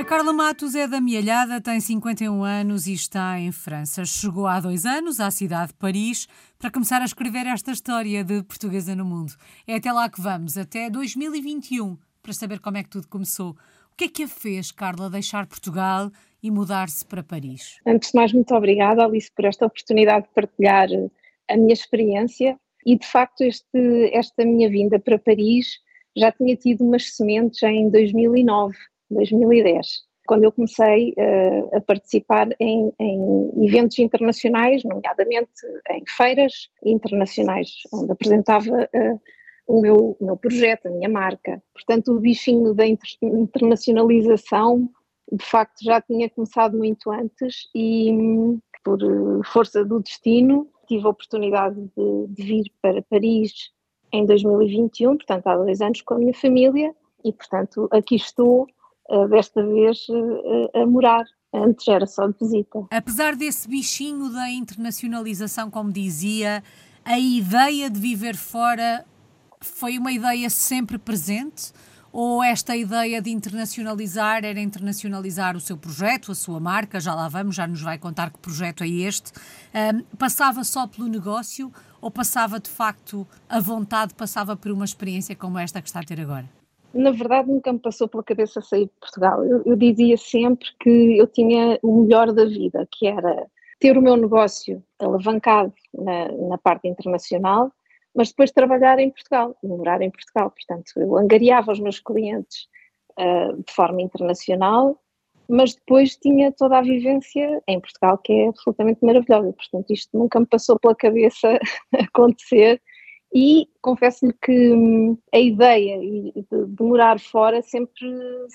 Carla Matos é da Mielhada, tem 51 anos e está em França. Chegou há 2 anos à cidade de Paris para começar a escrever esta história de Portuguesa no Mundo. É até lá que vamos, até 2021, para saber como é que tudo começou. O que a fez, Carla, deixar Portugal e mudar-se para Paris? Antes de mais, muito obrigada, Alice, por esta oportunidade de partilhar a minha experiência e, de facto, esta minha vinda para Paris já tinha tido umas sementes em 2009, 2010, quando eu comecei a participar em eventos internacionais, nomeadamente em feiras internacionais, onde apresentava o meu projeto, a minha marca. Portanto, o bichinho da internacionalização de facto já tinha começado muito antes e por força do destino tive a oportunidade de vir para Paris em 2021, portanto há 2 anos com a minha família e portanto aqui estou desta vez a morar. Antes era só de visita. Apesar desse bichinho da internacionalização, como dizia, a ideia de viver fora foi uma ideia sempre presente? Ou esta ideia de internacionalizar era internacionalizar o seu projeto, a sua marca, já lá vamos, já nos vai contar que projeto é este, passava só pelo negócio ou passava de facto a vontade, passava por uma experiência como esta que está a ter agora? Na verdade nunca me passou pela cabeça sair de Portugal. Eu dizia sempre que eu tinha o melhor da vida, que era ter o meu negócio alavancado na parte internacional, mas depois trabalhar em Portugal, morar em Portugal. Portanto, eu angariava os meus clientes de forma internacional, mas depois tinha toda a vivência em Portugal, que é absolutamente maravilhosa. Portanto, isto nunca me passou pela cabeça acontecer e confesso-lhe que a ideia de morar fora sempre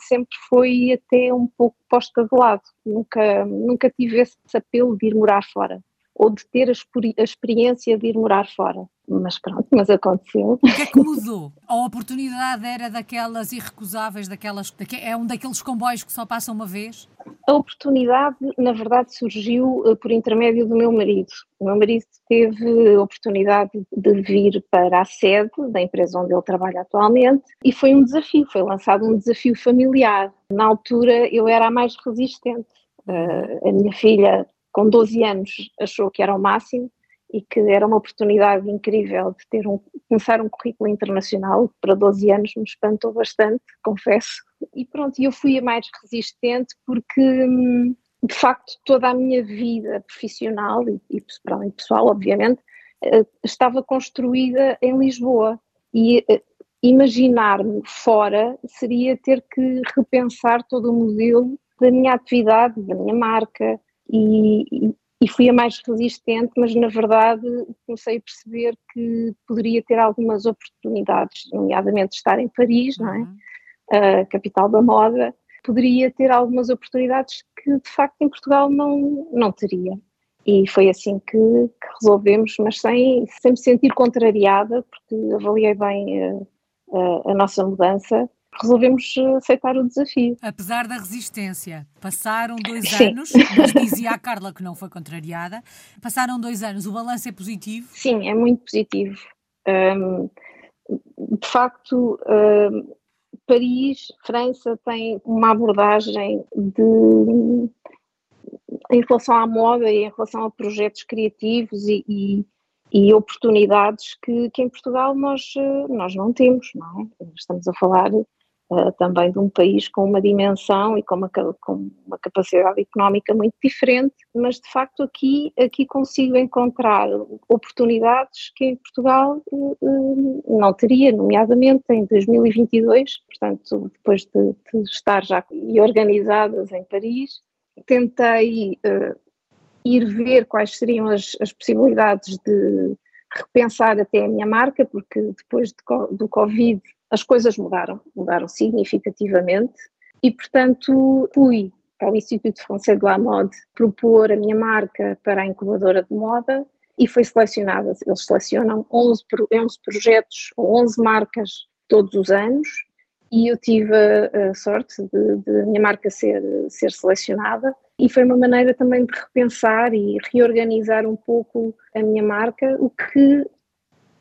foi até um pouco posta de lado. Nunca tive esse apelo de ir morar fora ou de ter a experiência de ir morar fora. Mas pronto, mas aconteceu. O que é que mudou? A oportunidade era daquelas irrecusáveis, é um daqueles comboios que só passa uma vez? A oportunidade, na verdade, surgiu por intermédio do meu marido. O meu marido teve a oportunidade de vir para a sede da empresa onde ele trabalha atualmente e foi um desafio, foi lançado um desafio familiar. Na altura eu era a mais resistente. A minha filha, com 12 anos, achou que era o máximo e que era uma oportunidade incrível de começar um currículo internacional. Para 12 anos me espantou bastante, confesso. E pronto, eu fui a mais resistente porque, de facto, toda a minha vida profissional e pessoal, obviamente, estava construída em Lisboa. E imaginar-me fora seria ter que repensar todo o modelo da minha atividade, da minha marca, e fui a mais resistente, mas na verdade comecei a perceber que poderia ter algumas oportunidades, nomeadamente estar em Paris, não é? A capital da moda, poderia ter algumas oportunidades que de facto em Portugal não teria. E foi assim que resolvemos, mas sem me sentir contrariada, porque avaliei bem a nossa mudança, resolvemos aceitar o desafio. Apesar da resistência, passaram 2 Sim. anos, mas dizia a Carla que não foi contrariada, passaram 2 anos, o balanço é positivo? Sim, é muito positivo. De facto, Paris, França, tem uma abordagem em relação à moda e em relação a projetos criativos e oportunidades que em Portugal nós não temos, não é? Estamos a falar também de um país com uma dimensão e com uma capacidade económica muito diferente, mas de facto aqui consigo encontrar oportunidades que em Portugal não teria, nomeadamente em 2022, portanto depois de estar já organizadas em Paris, tentei ir ver quais seriam as possibilidades de repensar até a minha marca, porque depois do Covid as coisas mudaram significativamente e, portanto, fui ao Instituto Français de la Mode propor a minha marca para a incubadora de moda e foi selecionada. Eles selecionam 11 projetos ou 11 marcas todos os anos e eu tive a sorte de a minha marca ser selecionada e foi uma maneira também de repensar e reorganizar um pouco a minha marca, o que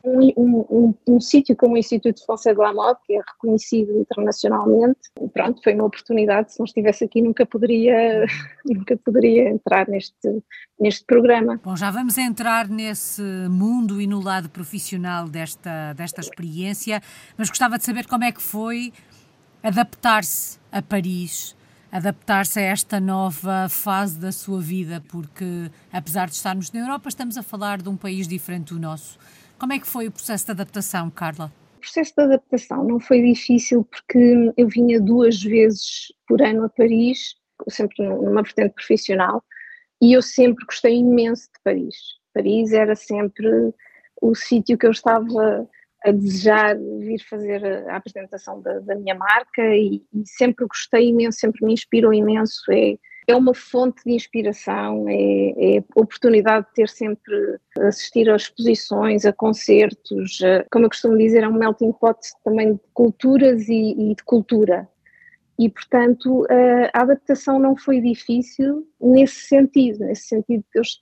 um sítio como o Instituto Français de la Mode, que é reconhecido internacionalmente. Pronto, foi uma oportunidade, se não estivesse aqui nunca poderia entrar neste programa. Bom, já vamos entrar nesse mundo e no lado profissional desta experiência, mas gostava de saber como é que foi adaptar-se a Paris, adaptar-se a esta nova fase da sua vida, porque apesar de estarmos na Europa, estamos a falar de um país diferente do nosso. Como é que foi o processo de adaptação, Carla? O processo de adaptação não foi difícil porque eu vinha 2 vezes por ano a Paris, sempre numa vertente profissional, e eu sempre gostei imenso de Paris. Paris era sempre o sítio que eu estava a desejar vir fazer a apresentação da minha marca e sempre gostei imenso, sempre me inspirou imenso. É uma fonte de inspiração, é a oportunidade de ter sempre assistir a exposições, a concertos, como eu costumo dizer, é um melting pot também de culturas e de cultura. E, portanto, a adaptação não foi difícil nesse sentido de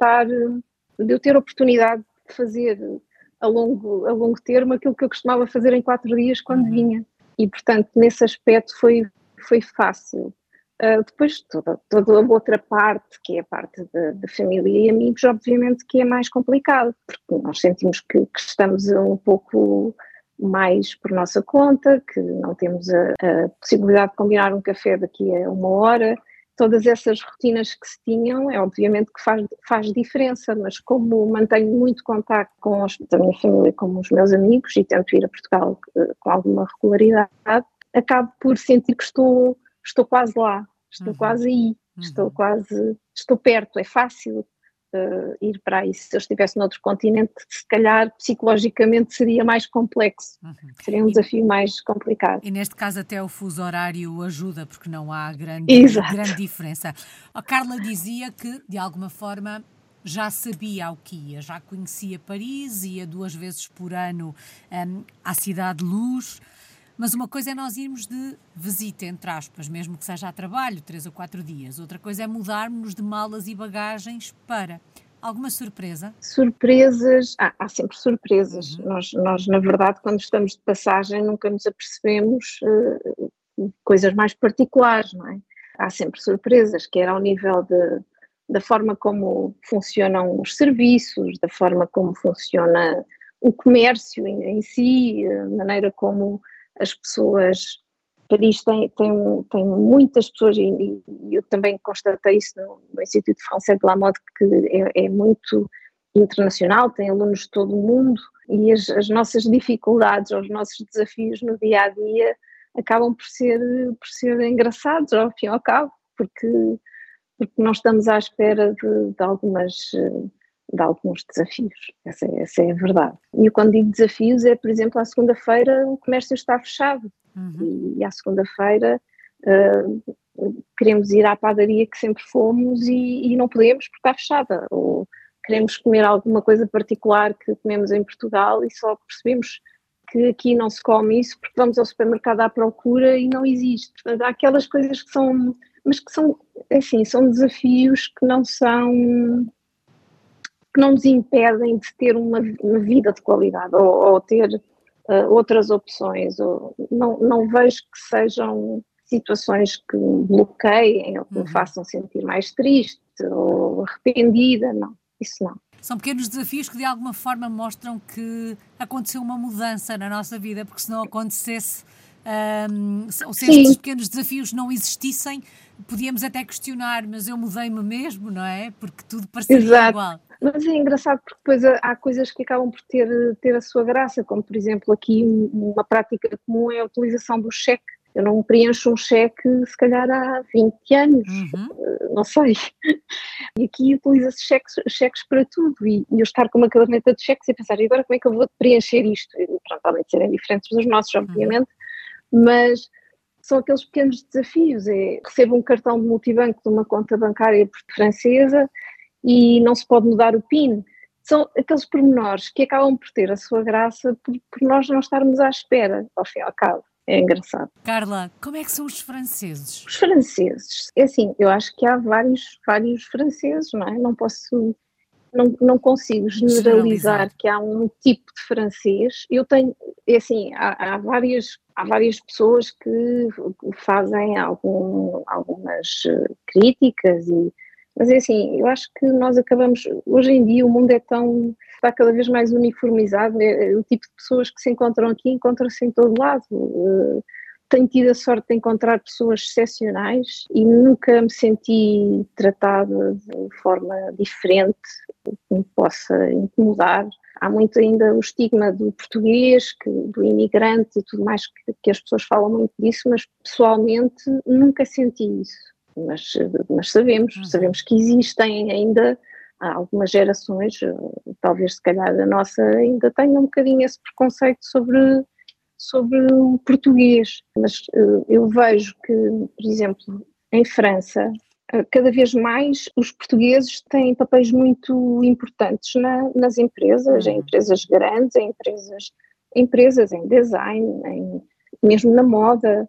eu ter a oportunidade de fazer a longo termo aquilo que eu costumava fazer em 4 dias quando vinha. E, portanto, nesse aspecto foi fácil. Depois toda a outra parte, que é a parte da família e amigos, obviamente que é mais complicado, porque nós sentimos que estamos um pouco mais por nossa conta, que não temos a possibilidade de combinar um café daqui a 1 hora. Todas essas rotinas que se tinham, obviamente que faz diferença, mas como mantenho muito contacto com a minha família, com os meus amigos, e tento ir a Portugal com alguma regularidade, acabo por sentir que estou quase lá, estou quase aí, estou perto, é fácil ir para aí. Se eu estivesse noutro continente, se calhar psicologicamente seria mais complexo, seria um desafio mais complicado. E neste caso até o fuso horário ajuda, porque não há grande diferença. A Carla dizia que, de alguma forma, já sabia ao que ia, já conhecia Paris, ia 2 vezes por ano à Cidade Luz. Mas uma coisa é nós irmos de visita, entre aspas, mesmo que seja a trabalho, 3 ou 4 dias. Outra coisa é mudarmos de malas e bagagens para... Alguma surpresa? Surpresas, há sempre surpresas. Nós, na verdade, quando estamos de passagem, nunca nos apercebemos coisas mais particulares, não é? Há sempre surpresas, quer ao nível da forma como funcionam os serviços, da forma como funciona o comércio em si, a maneira como as pessoas, Paris tem muitas pessoas, e eu também constatei isso no Instituto Français de la Mode, que é muito internacional, tem alunos de todo o mundo, e as nossas dificuldades, os nossos desafios no dia-a-dia acabam por ser engraçados, ao fim e ao cabo, porque nós estamos à espera de alguns desafios, essa é a verdade. E eu, quando digo desafios, por exemplo, à segunda-feira o comércio está fechado, e à segunda-feira queremos ir à padaria que sempre fomos e não podemos porque está fechada, ou queremos comer alguma coisa particular que comemos em Portugal e só percebemos que aqui não se come isso porque vamos ao supermercado à procura e não existe. Portanto, há aquelas coisas que são, mas que são, assim, são desafios que não nos impedem de ter uma vida de qualidade ou ter outras opções. Não vejo que sejam situações que me bloqueiem ou que me façam sentir mais triste ou arrependida, não, isso não. São pequenos desafios que de alguma forma mostram que aconteceu uma mudança na nossa vida, porque se não acontecesse, ou se estes pequenos desafios não existissem, podíamos até questionar, mas eu mudei-me mesmo, não é? Porque tudo pareceria igual. Mas é engraçado porque depois há coisas que acabam por ter a sua graça, como por exemplo aqui uma prática comum é a utilização do cheque. Eu não preencho um cheque se calhar há 20 anos, não sei. E aqui utiliza-se cheques para tudo, e eu estar com uma caderneta de cheques e pensar, e agora como é que eu vou preencher isto? E, pronto, além de serem diferentes dos nossos, obviamente, mas são aqueles pequenos desafios. Recebo um cartão de multibanco de uma conta bancária francesa e não se pode mudar o PIN. São aqueles pormenores que acabam por ter a sua graça por nós não estarmos à espera, ao fim e ao cabo. É engraçado. Carla, como é que são os franceses? Os franceses, é assim, eu acho que há vários franceses, não é? Não posso não consigo Generalizar. generalizar que há um tipo de francês. Eu tenho, é assim, há várias pessoas que fazem algumas críticas, mas é assim, eu acho que nós acabamos, hoje em dia o mundo está cada vez mais uniformizado, o tipo de pessoas que se encontram aqui encontram-se em todo lado. Tenho tido a sorte de encontrar pessoas excepcionais e nunca me senti tratada de forma diferente, que me possa incomodar. Há muito ainda o estigma do português, do imigrante e tudo mais, que as pessoas falam muito disso, mas pessoalmente nunca senti isso. Mas sabemos que existem ainda algumas gerações, talvez se calhar a nossa, ainda tenha um bocadinho esse preconceito sobre o português, mas eu vejo que, por exemplo, em França, cada vez mais os portugueses têm papéis muito importantes nas empresas, em empresas grandes, empresas em design, mesmo na moda,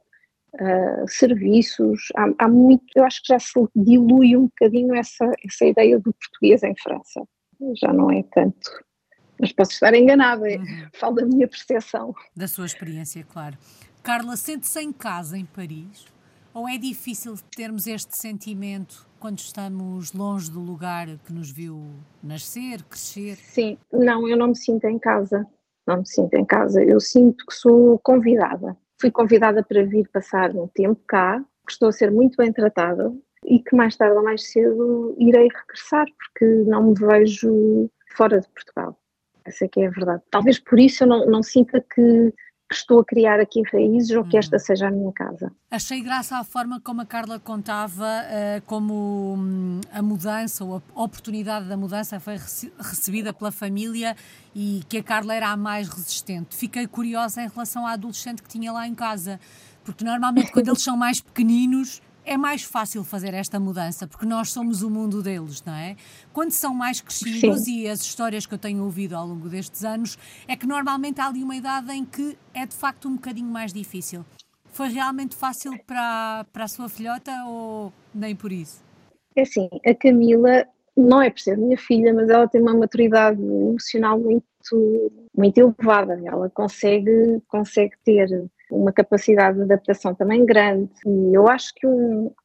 serviços. Há muito, eu acho que já se dilui um bocadinho essa ideia do português em França, já não é tanto. Mas posso estar enganada, falo da minha percepção. Da sua experiência, claro. Carla, sente-se em casa em Paris? Ou é difícil termos este sentimento quando estamos longe do lugar que nos viu nascer, crescer? Sim, não, eu não me sinto em casa. Não me sinto em casa. Eu sinto que sou convidada. Fui convidada para vir passar um tempo cá, que estou a ser muito bem tratada e que mais tarde ou mais cedo irei regressar, porque não me vejo fora de Portugal. Essa é que é a verdade. Talvez por isso eu não sinta que estou a criar aqui raízes ou que esta seja a minha casa. Achei graça à forma como a Carla contava como a mudança ou a oportunidade da mudança foi recebida pela família e que a Carla era a mais resistente. Fiquei curiosa em relação à adolescente que tinha lá em casa, porque normalmente quando eles são mais pequeninos é mais fácil fazer esta mudança, porque nós somos o mundo deles, não é? Quando são mais crescidos, sim, e as histórias que eu tenho ouvido ao longo destes anos, é que normalmente há ali uma idade em que é de facto um bocadinho mais difícil. Foi realmente fácil para a sua filhota ou nem por isso? É assim, a Camila não é por ser minha filha, mas ela tem uma maturidade emocional muito elevada. Ela consegue ter uma capacidade de adaptação também grande. E eu acho que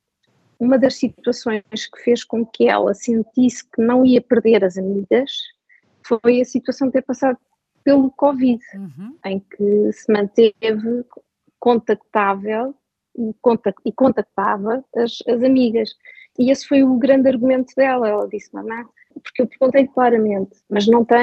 uma das situações que fez com que ela sentisse que não ia perder as amigas foi a situação de ter passado pelo Covid, em que se manteve contactável e contactava as amigas. E esse foi o grande argumento dela. Ela disse: mamãe, porque eu perguntei claramente, mas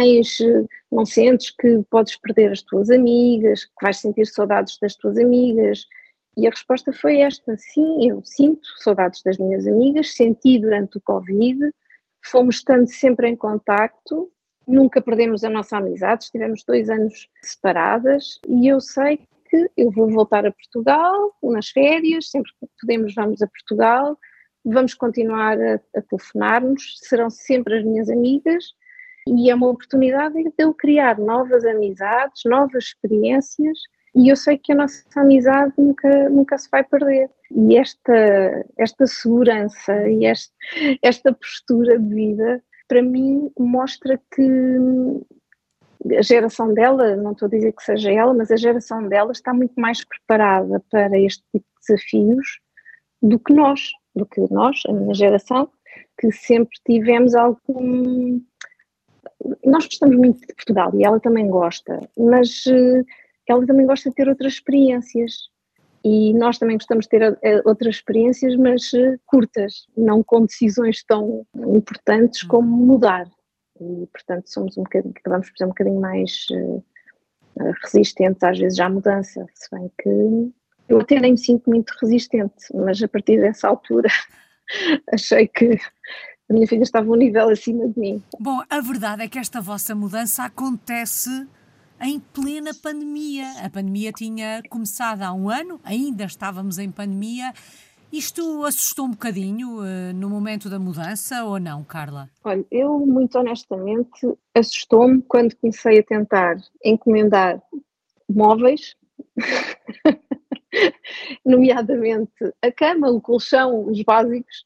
não sentes que podes perder as tuas amigas, que vais sentir saudades das tuas amigas? E a resposta foi esta: sim, eu sinto saudades das minhas amigas, senti durante o Covid, fomos estando sempre em contacto, nunca perdemos a nossa amizade, estivemos 2 anos separadas e eu sei que eu vou voltar a Portugal nas férias, sempre que podemos vamos a Portugal, vamos continuar a telefonar-nos, serão sempre as minhas amigas e é uma oportunidade de eu criar novas amizades, novas experiências e eu sei que a nossa amizade nunca se vai perder. E esta segurança e esta postura de vida, para mim, mostra que a geração dela, não estou a dizer que seja ela, mas a geração dela está muito mais preparada para este tipo de desafios do que nós, a minha geração, que sempre tivemos algum... Nós gostamos muito de Portugal e ela também gosta, mas ela também gosta de ter outras experiências e nós também gostamos de ter outras experiências, mas curtas, não com decisões tão importantes como mudar. E, portanto, acabamos por ser um bocadinho mais resistentes às vezes à mudança, se bem que eu até nem me sinto muito resistente, mas a partir dessa altura achei que a minha filha estava um nível acima de mim. Bom, a verdade é que esta vossa mudança acontece em plena pandemia. A pandemia tinha começado há 1 ano, ainda estávamos em pandemia. Isto assustou um bocadinho no momento da mudança ou não, Carla? Olha, eu muito honestamente assustou-me quando comecei a tentar encomendar móveis, nomeadamente a cama, o colchão, os básicos,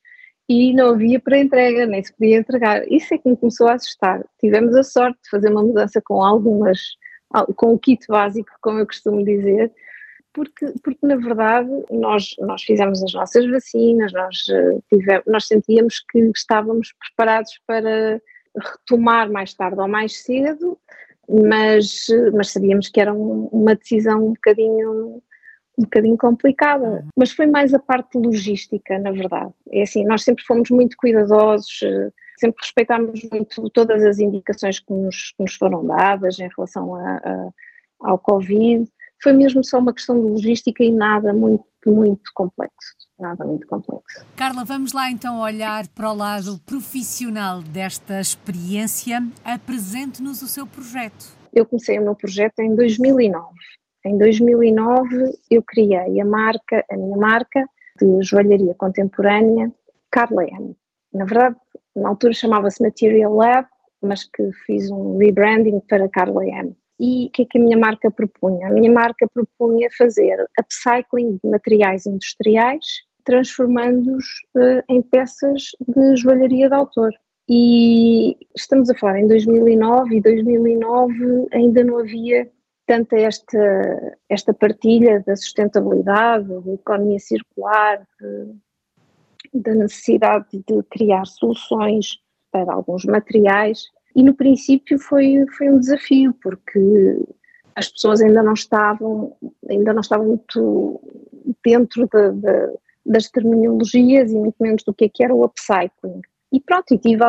e não havia para entrega, nem se podia entregar. Isso é que me começou a assustar. Tivemos a sorte de fazer uma mudança com o kit básico, como eu costumo dizer, porque na verdade nós fizemos as nossas vacinas, nós sentíamos que estávamos preparados para retomar mais tarde ou mais cedo, mas sabíamos que era uma decisão um bocadinho complicada, mas foi mais a parte logística, na verdade. É assim, nós sempre fomos muito cuidadosos, sempre respeitámos muito todas as indicações que nos foram dadas em relação ao Covid. Foi mesmo só uma questão de logística e nada muito, muito complexo. Nada muito complexo. Carla, vamos lá então olhar para o lado profissional desta experiência. Apresente-nos o seu projeto. Eu comecei o meu projeto em 2009. Em 2009 eu criei a minha marca de joalharia contemporânea, Carla M. Na verdade, na altura chamava-se Material Lab, mas que fiz um rebranding para Carla M. E o que é que a minha marca propunha? A minha marca propunha fazer upcycling de materiais industriais, transformando-os em peças de joalharia de autor. E estamos a falar em 2009, e 2009 ainda não havia tanta esta partilha da sustentabilidade, da economia circular, da necessidade de criar soluções para alguns materiais. E no princípio foi um desafio, porque as pessoas ainda não estavam muito dentro das terminologias e muito menos do que era o upcycling. E pronto, e tive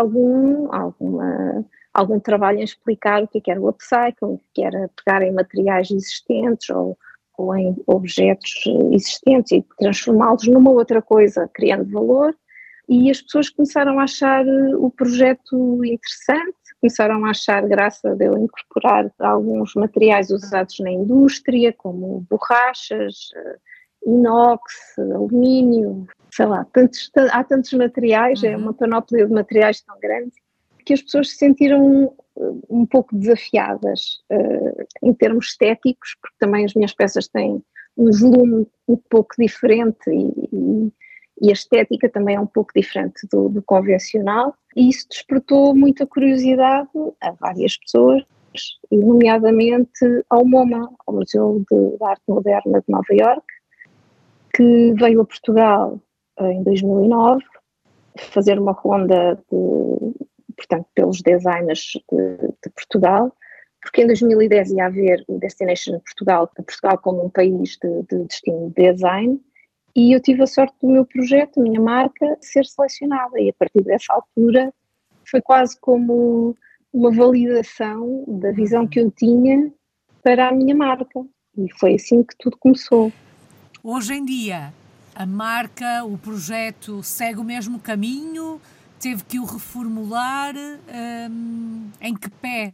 algum trabalho em explicar o que era o upcycling, que era pegar em materiais existentes ou em objetos existentes e transformá-los numa outra coisa, criando valor. E as pessoas começaram a achar o projeto interessante, começaram a achar graça de eu incorporar alguns materiais usados na indústria, como borrachas, inox, alumínio, sei lá, há tantos materiais, é uma panóplia de materiais tão grande, que as pessoas se sentiram um pouco desafiadas em termos estéticos, porque também as minhas peças têm um volume um pouco diferente e a estética também é um pouco diferente do convencional, e isso despertou muita curiosidade a várias pessoas, e nomeadamente ao MoMA, ao Museu de Arte Moderna de Nova Iorque, que veio a Portugal em 2009 fazer uma ronda portanto, pelos designers de Portugal, porque em 2010 ia haver o Destination Portugal como um país de destino de design, e eu tive a sorte do meu projeto, a minha marca, ser selecionada, e a partir dessa altura foi quase como uma validação da visão que eu tinha para a minha marca, e foi assim que tudo começou. Hoje em dia, a marca, o projeto segue o mesmo caminho? Teve que o reformular? Em que pé,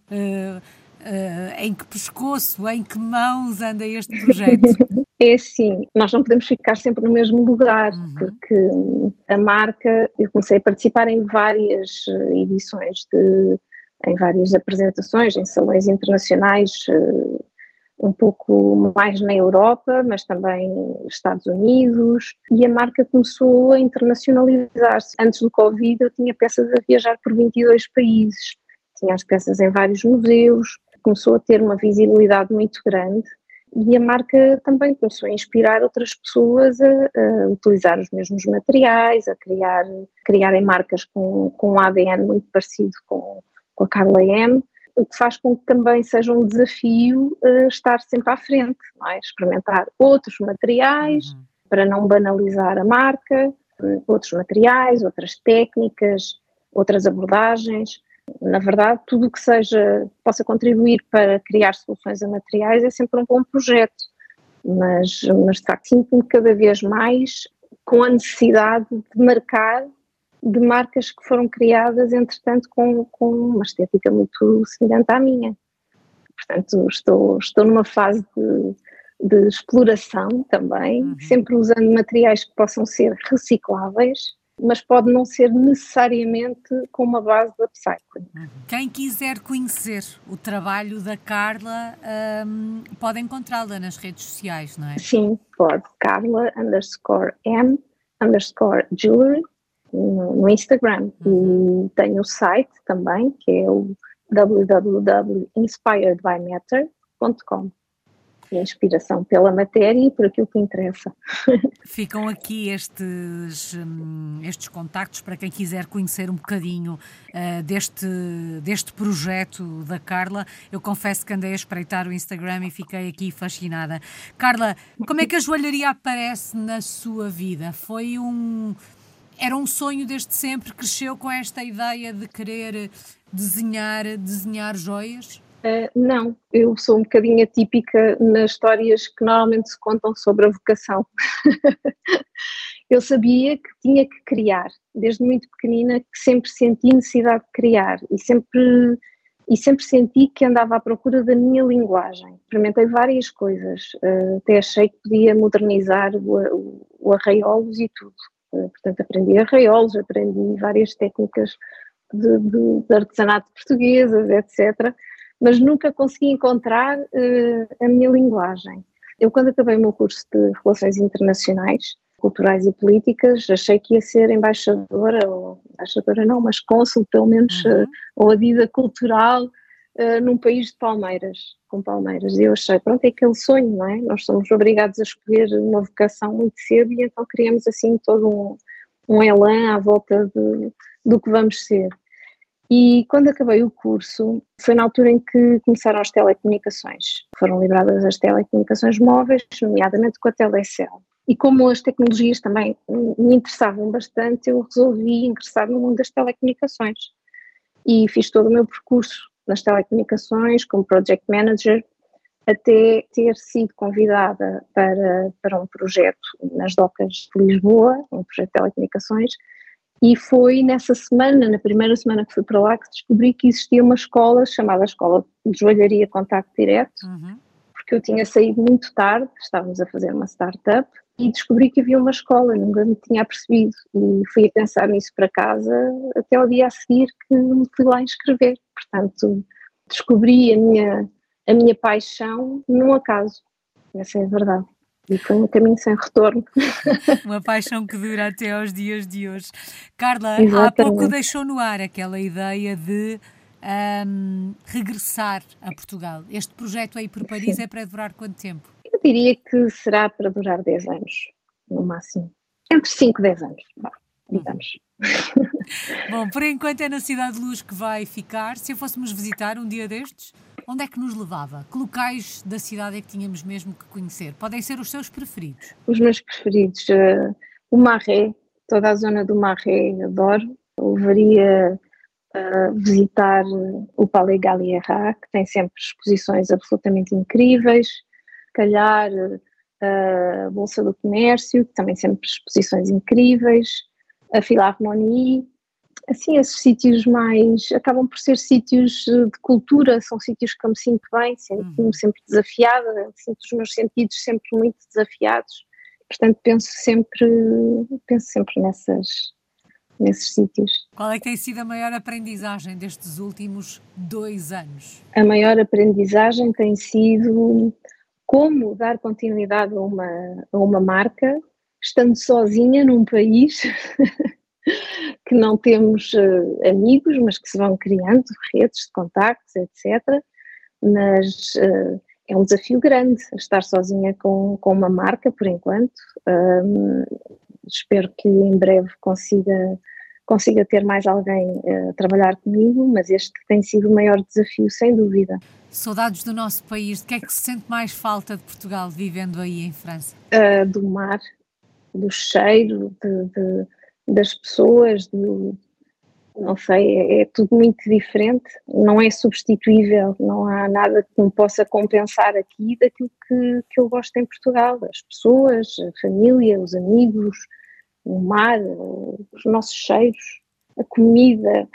em que pescoço, em que mãos anda este projeto? É assim, nós não podemos ficar sempre no mesmo lugar, porque a marca, eu comecei a participar em várias edições, em várias apresentações, em salões internacionais, um pouco mais na Europa, mas também nos Estados Unidos, e a marca começou a internacionalizar-se. Antes do Covid eu tinha peças a viajar por 22 países, tinha as peças em vários museus, começou a ter uma visibilidade muito grande, e a marca também começou a inspirar outras pessoas a utilizar os mesmos materiais, a criarem marcas com um ADN muito parecido com a Carla M, o que faz com que também seja um desafio estar sempre à frente, não é? Experimentar outros materiais para não banalizar a marca, outros materiais, outras técnicas, outras abordagens. Na verdade, tudo o que possa contribuir para criar soluções a materiais é sempre um bom projeto, mas de facto sinto-me cada vez mais com a necessidade de marcas que foram criadas, entretanto, com uma estética muito semelhante à minha. Portanto, estou numa fase de exploração também, sempre usando materiais que possam ser recicláveis, mas pode não ser necessariamente com uma base de upcycling. Quem quiser conhecer o trabalho da Carla pode encontrá-la nas redes sociais, não é? Sim, pode. Carla_M_Jewelry no Instagram. E tenho o site também, que é o www.inspiredbymatter.com. Inspiração pela matéria e por aquilo que interessa. Ficam aqui estes contactos para quem quiser conhecer um bocadinho deste projeto da Carla. Eu confesso que andei a espreitar o Instagram e fiquei aqui fascinada. Carla, como é que a joalharia aparece na sua vida? Era um sonho desde sempre? Cresceu com esta ideia de querer desenhar joias? Não, eu sou um bocadinho atípica nas histórias que normalmente se contam sobre a vocação. Eu sabia que tinha que criar, desde muito pequenina, que sempre senti necessidade de criar e sempre senti que andava à procura da minha linguagem. Experimentei várias coisas, até achei que podia modernizar o arraiolos e tudo. Portanto, aprendi arraiolos, aprendi várias técnicas de artesanato portuguesas, etc., mas nunca consegui encontrar a minha linguagem. Eu, quando acabei o meu curso de Relações Internacionais, Culturais e Políticas, achei que ia ser embaixadora não, mas cônsul, pelo menos, ou a vida cultural num país de palmeiras, com palmeiras. E eu achei, pronto, é aquele sonho, não é? Nós somos obrigados a escolher uma vocação muito cedo e então criamos assim todo um elan à volta do que vamos ser. E quando acabei o curso, foi na altura em que começaram as telecomunicações. Foram liberadas as telecomunicações móveis, nomeadamente com a Telecel. E como as tecnologias também me interessavam bastante, eu resolvi ingressar no mundo das telecomunicações. E fiz todo o meu percurso nas telecomunicações, como Project Manager, até ter sido convidada para um projeto nas docas de Lisboa, um projeto de telecomunicações. E foi nessa semana, na primeira semana que fui para lá, que descobri que existia uma escola chamada Escola de Joalharia Contacto Direto, porque eu tinha saído muito tarde, estávamos a fazer uma startup, e descobri que havia uma escola, nunca me tinha percebido, e fui a pensar nisso para casa até ao dia a seguir que me fui lá inscrever. Portanto, descobri a minha paixão num acaso, essa é a verdade. E foi um caminho sem retorno. Uma paixão que dura até aos dias de hoje. Carla, Exatamente. Há pouco deixou no ar aquela ideia de regressar a Portugal. Este projeto aí por Paris Sim. É para durar quanto tempo? Eu diria que será para durar 10 anos, no máximo. Entre 5 e 10 anos, digamos. Bom, por enquanto é na Cidade de Luz que vai ficar. Se fôssemos visitar um dia destes, onde é que nos levava? Que locais da cidade é que tínhamos mesmo que conhecer? Podem ser os seus preferidos. Os meus preferidos, o Marais, toda a zona do Marais, adoro. Levaria a visitar o Palais Galliera, que tem sempre exposições absolutamente incríveis. Calhar a Bolsa do Comércio, que também sempre exposições incríveis. A Philharmonie. Assim, esses sítios mais, acabam por ser sítios de cultura, são sítios que eu me sinto bem, sinto-me sempre desafiada, sinto os meus sentidos sempre muito desafiados, portanto penso sempre nesses sítios. Qual é que tem sido a maior aprendizagem destes últimos 2 anos? A maior aprendizagem tem sido como dar continuidade a uma marca, estando sozinha num país que não temos amigos, mas que se vão criando redes de contactos, etc. Mas é um desafio grande estar sozinha com uma marca, por enquanto. Espero que em breve consiga ter mais alguém a trabalhar comigo, mas este tem sido o maior desafio, sem dúvida. Saudades do nosso país, de que é que se sente mais falta de Portugal vivendo aí em França? Do mar, do cheiro, das pessoas, não sei, é tudo muito diferente, não é substituível, não há nada que me possa compensar aqui daquilo que eu gosto em Portugal, as pessoas, a família, os amigos, o mar, os nossos cheiros, a comida,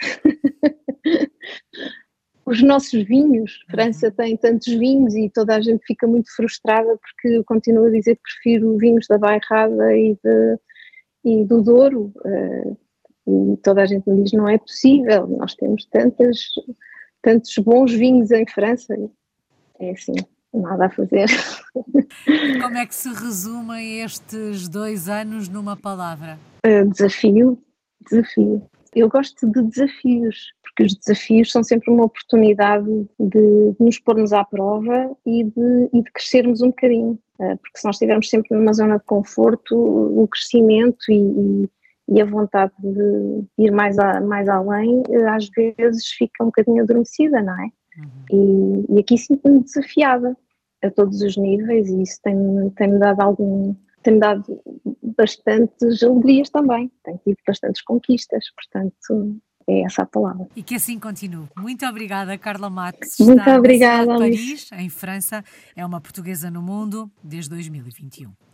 os nossos vinhos. França tem tantos vinhos e toda a gente fica muito frustrada porque eu continuo a dizer que prefiro vinhos da Bairrada e do Douro, e toda a gente me diz não é possível, nós temos tantos bons vinhos em França. É assim, nada a fazer. Como é que se resumem estes 2 anos numa palavra? Desafio, Desafio. Eu gosto de desafios, porque os desafios são sempre uma oportunidade de nos pormos à prova e de crescermos um bocadinho, porque se nós estivermos sempre numa zona de conforto, o crescimento e a vontade de ir mais além, às vezes fica um bocadinho adormecida, não é? E aqui sinto-me desafiada a todos os níveis e isso tem-me dado bastantes alegrias também, tenho tido bastantes conquistas, portanto é essa a palavra. E que assim continue. Muito obrigada, Carla Matos. Muito Está na cidade obrigada, de Alice. Paris, em França. É uma portuguesa no mundo desde 2021.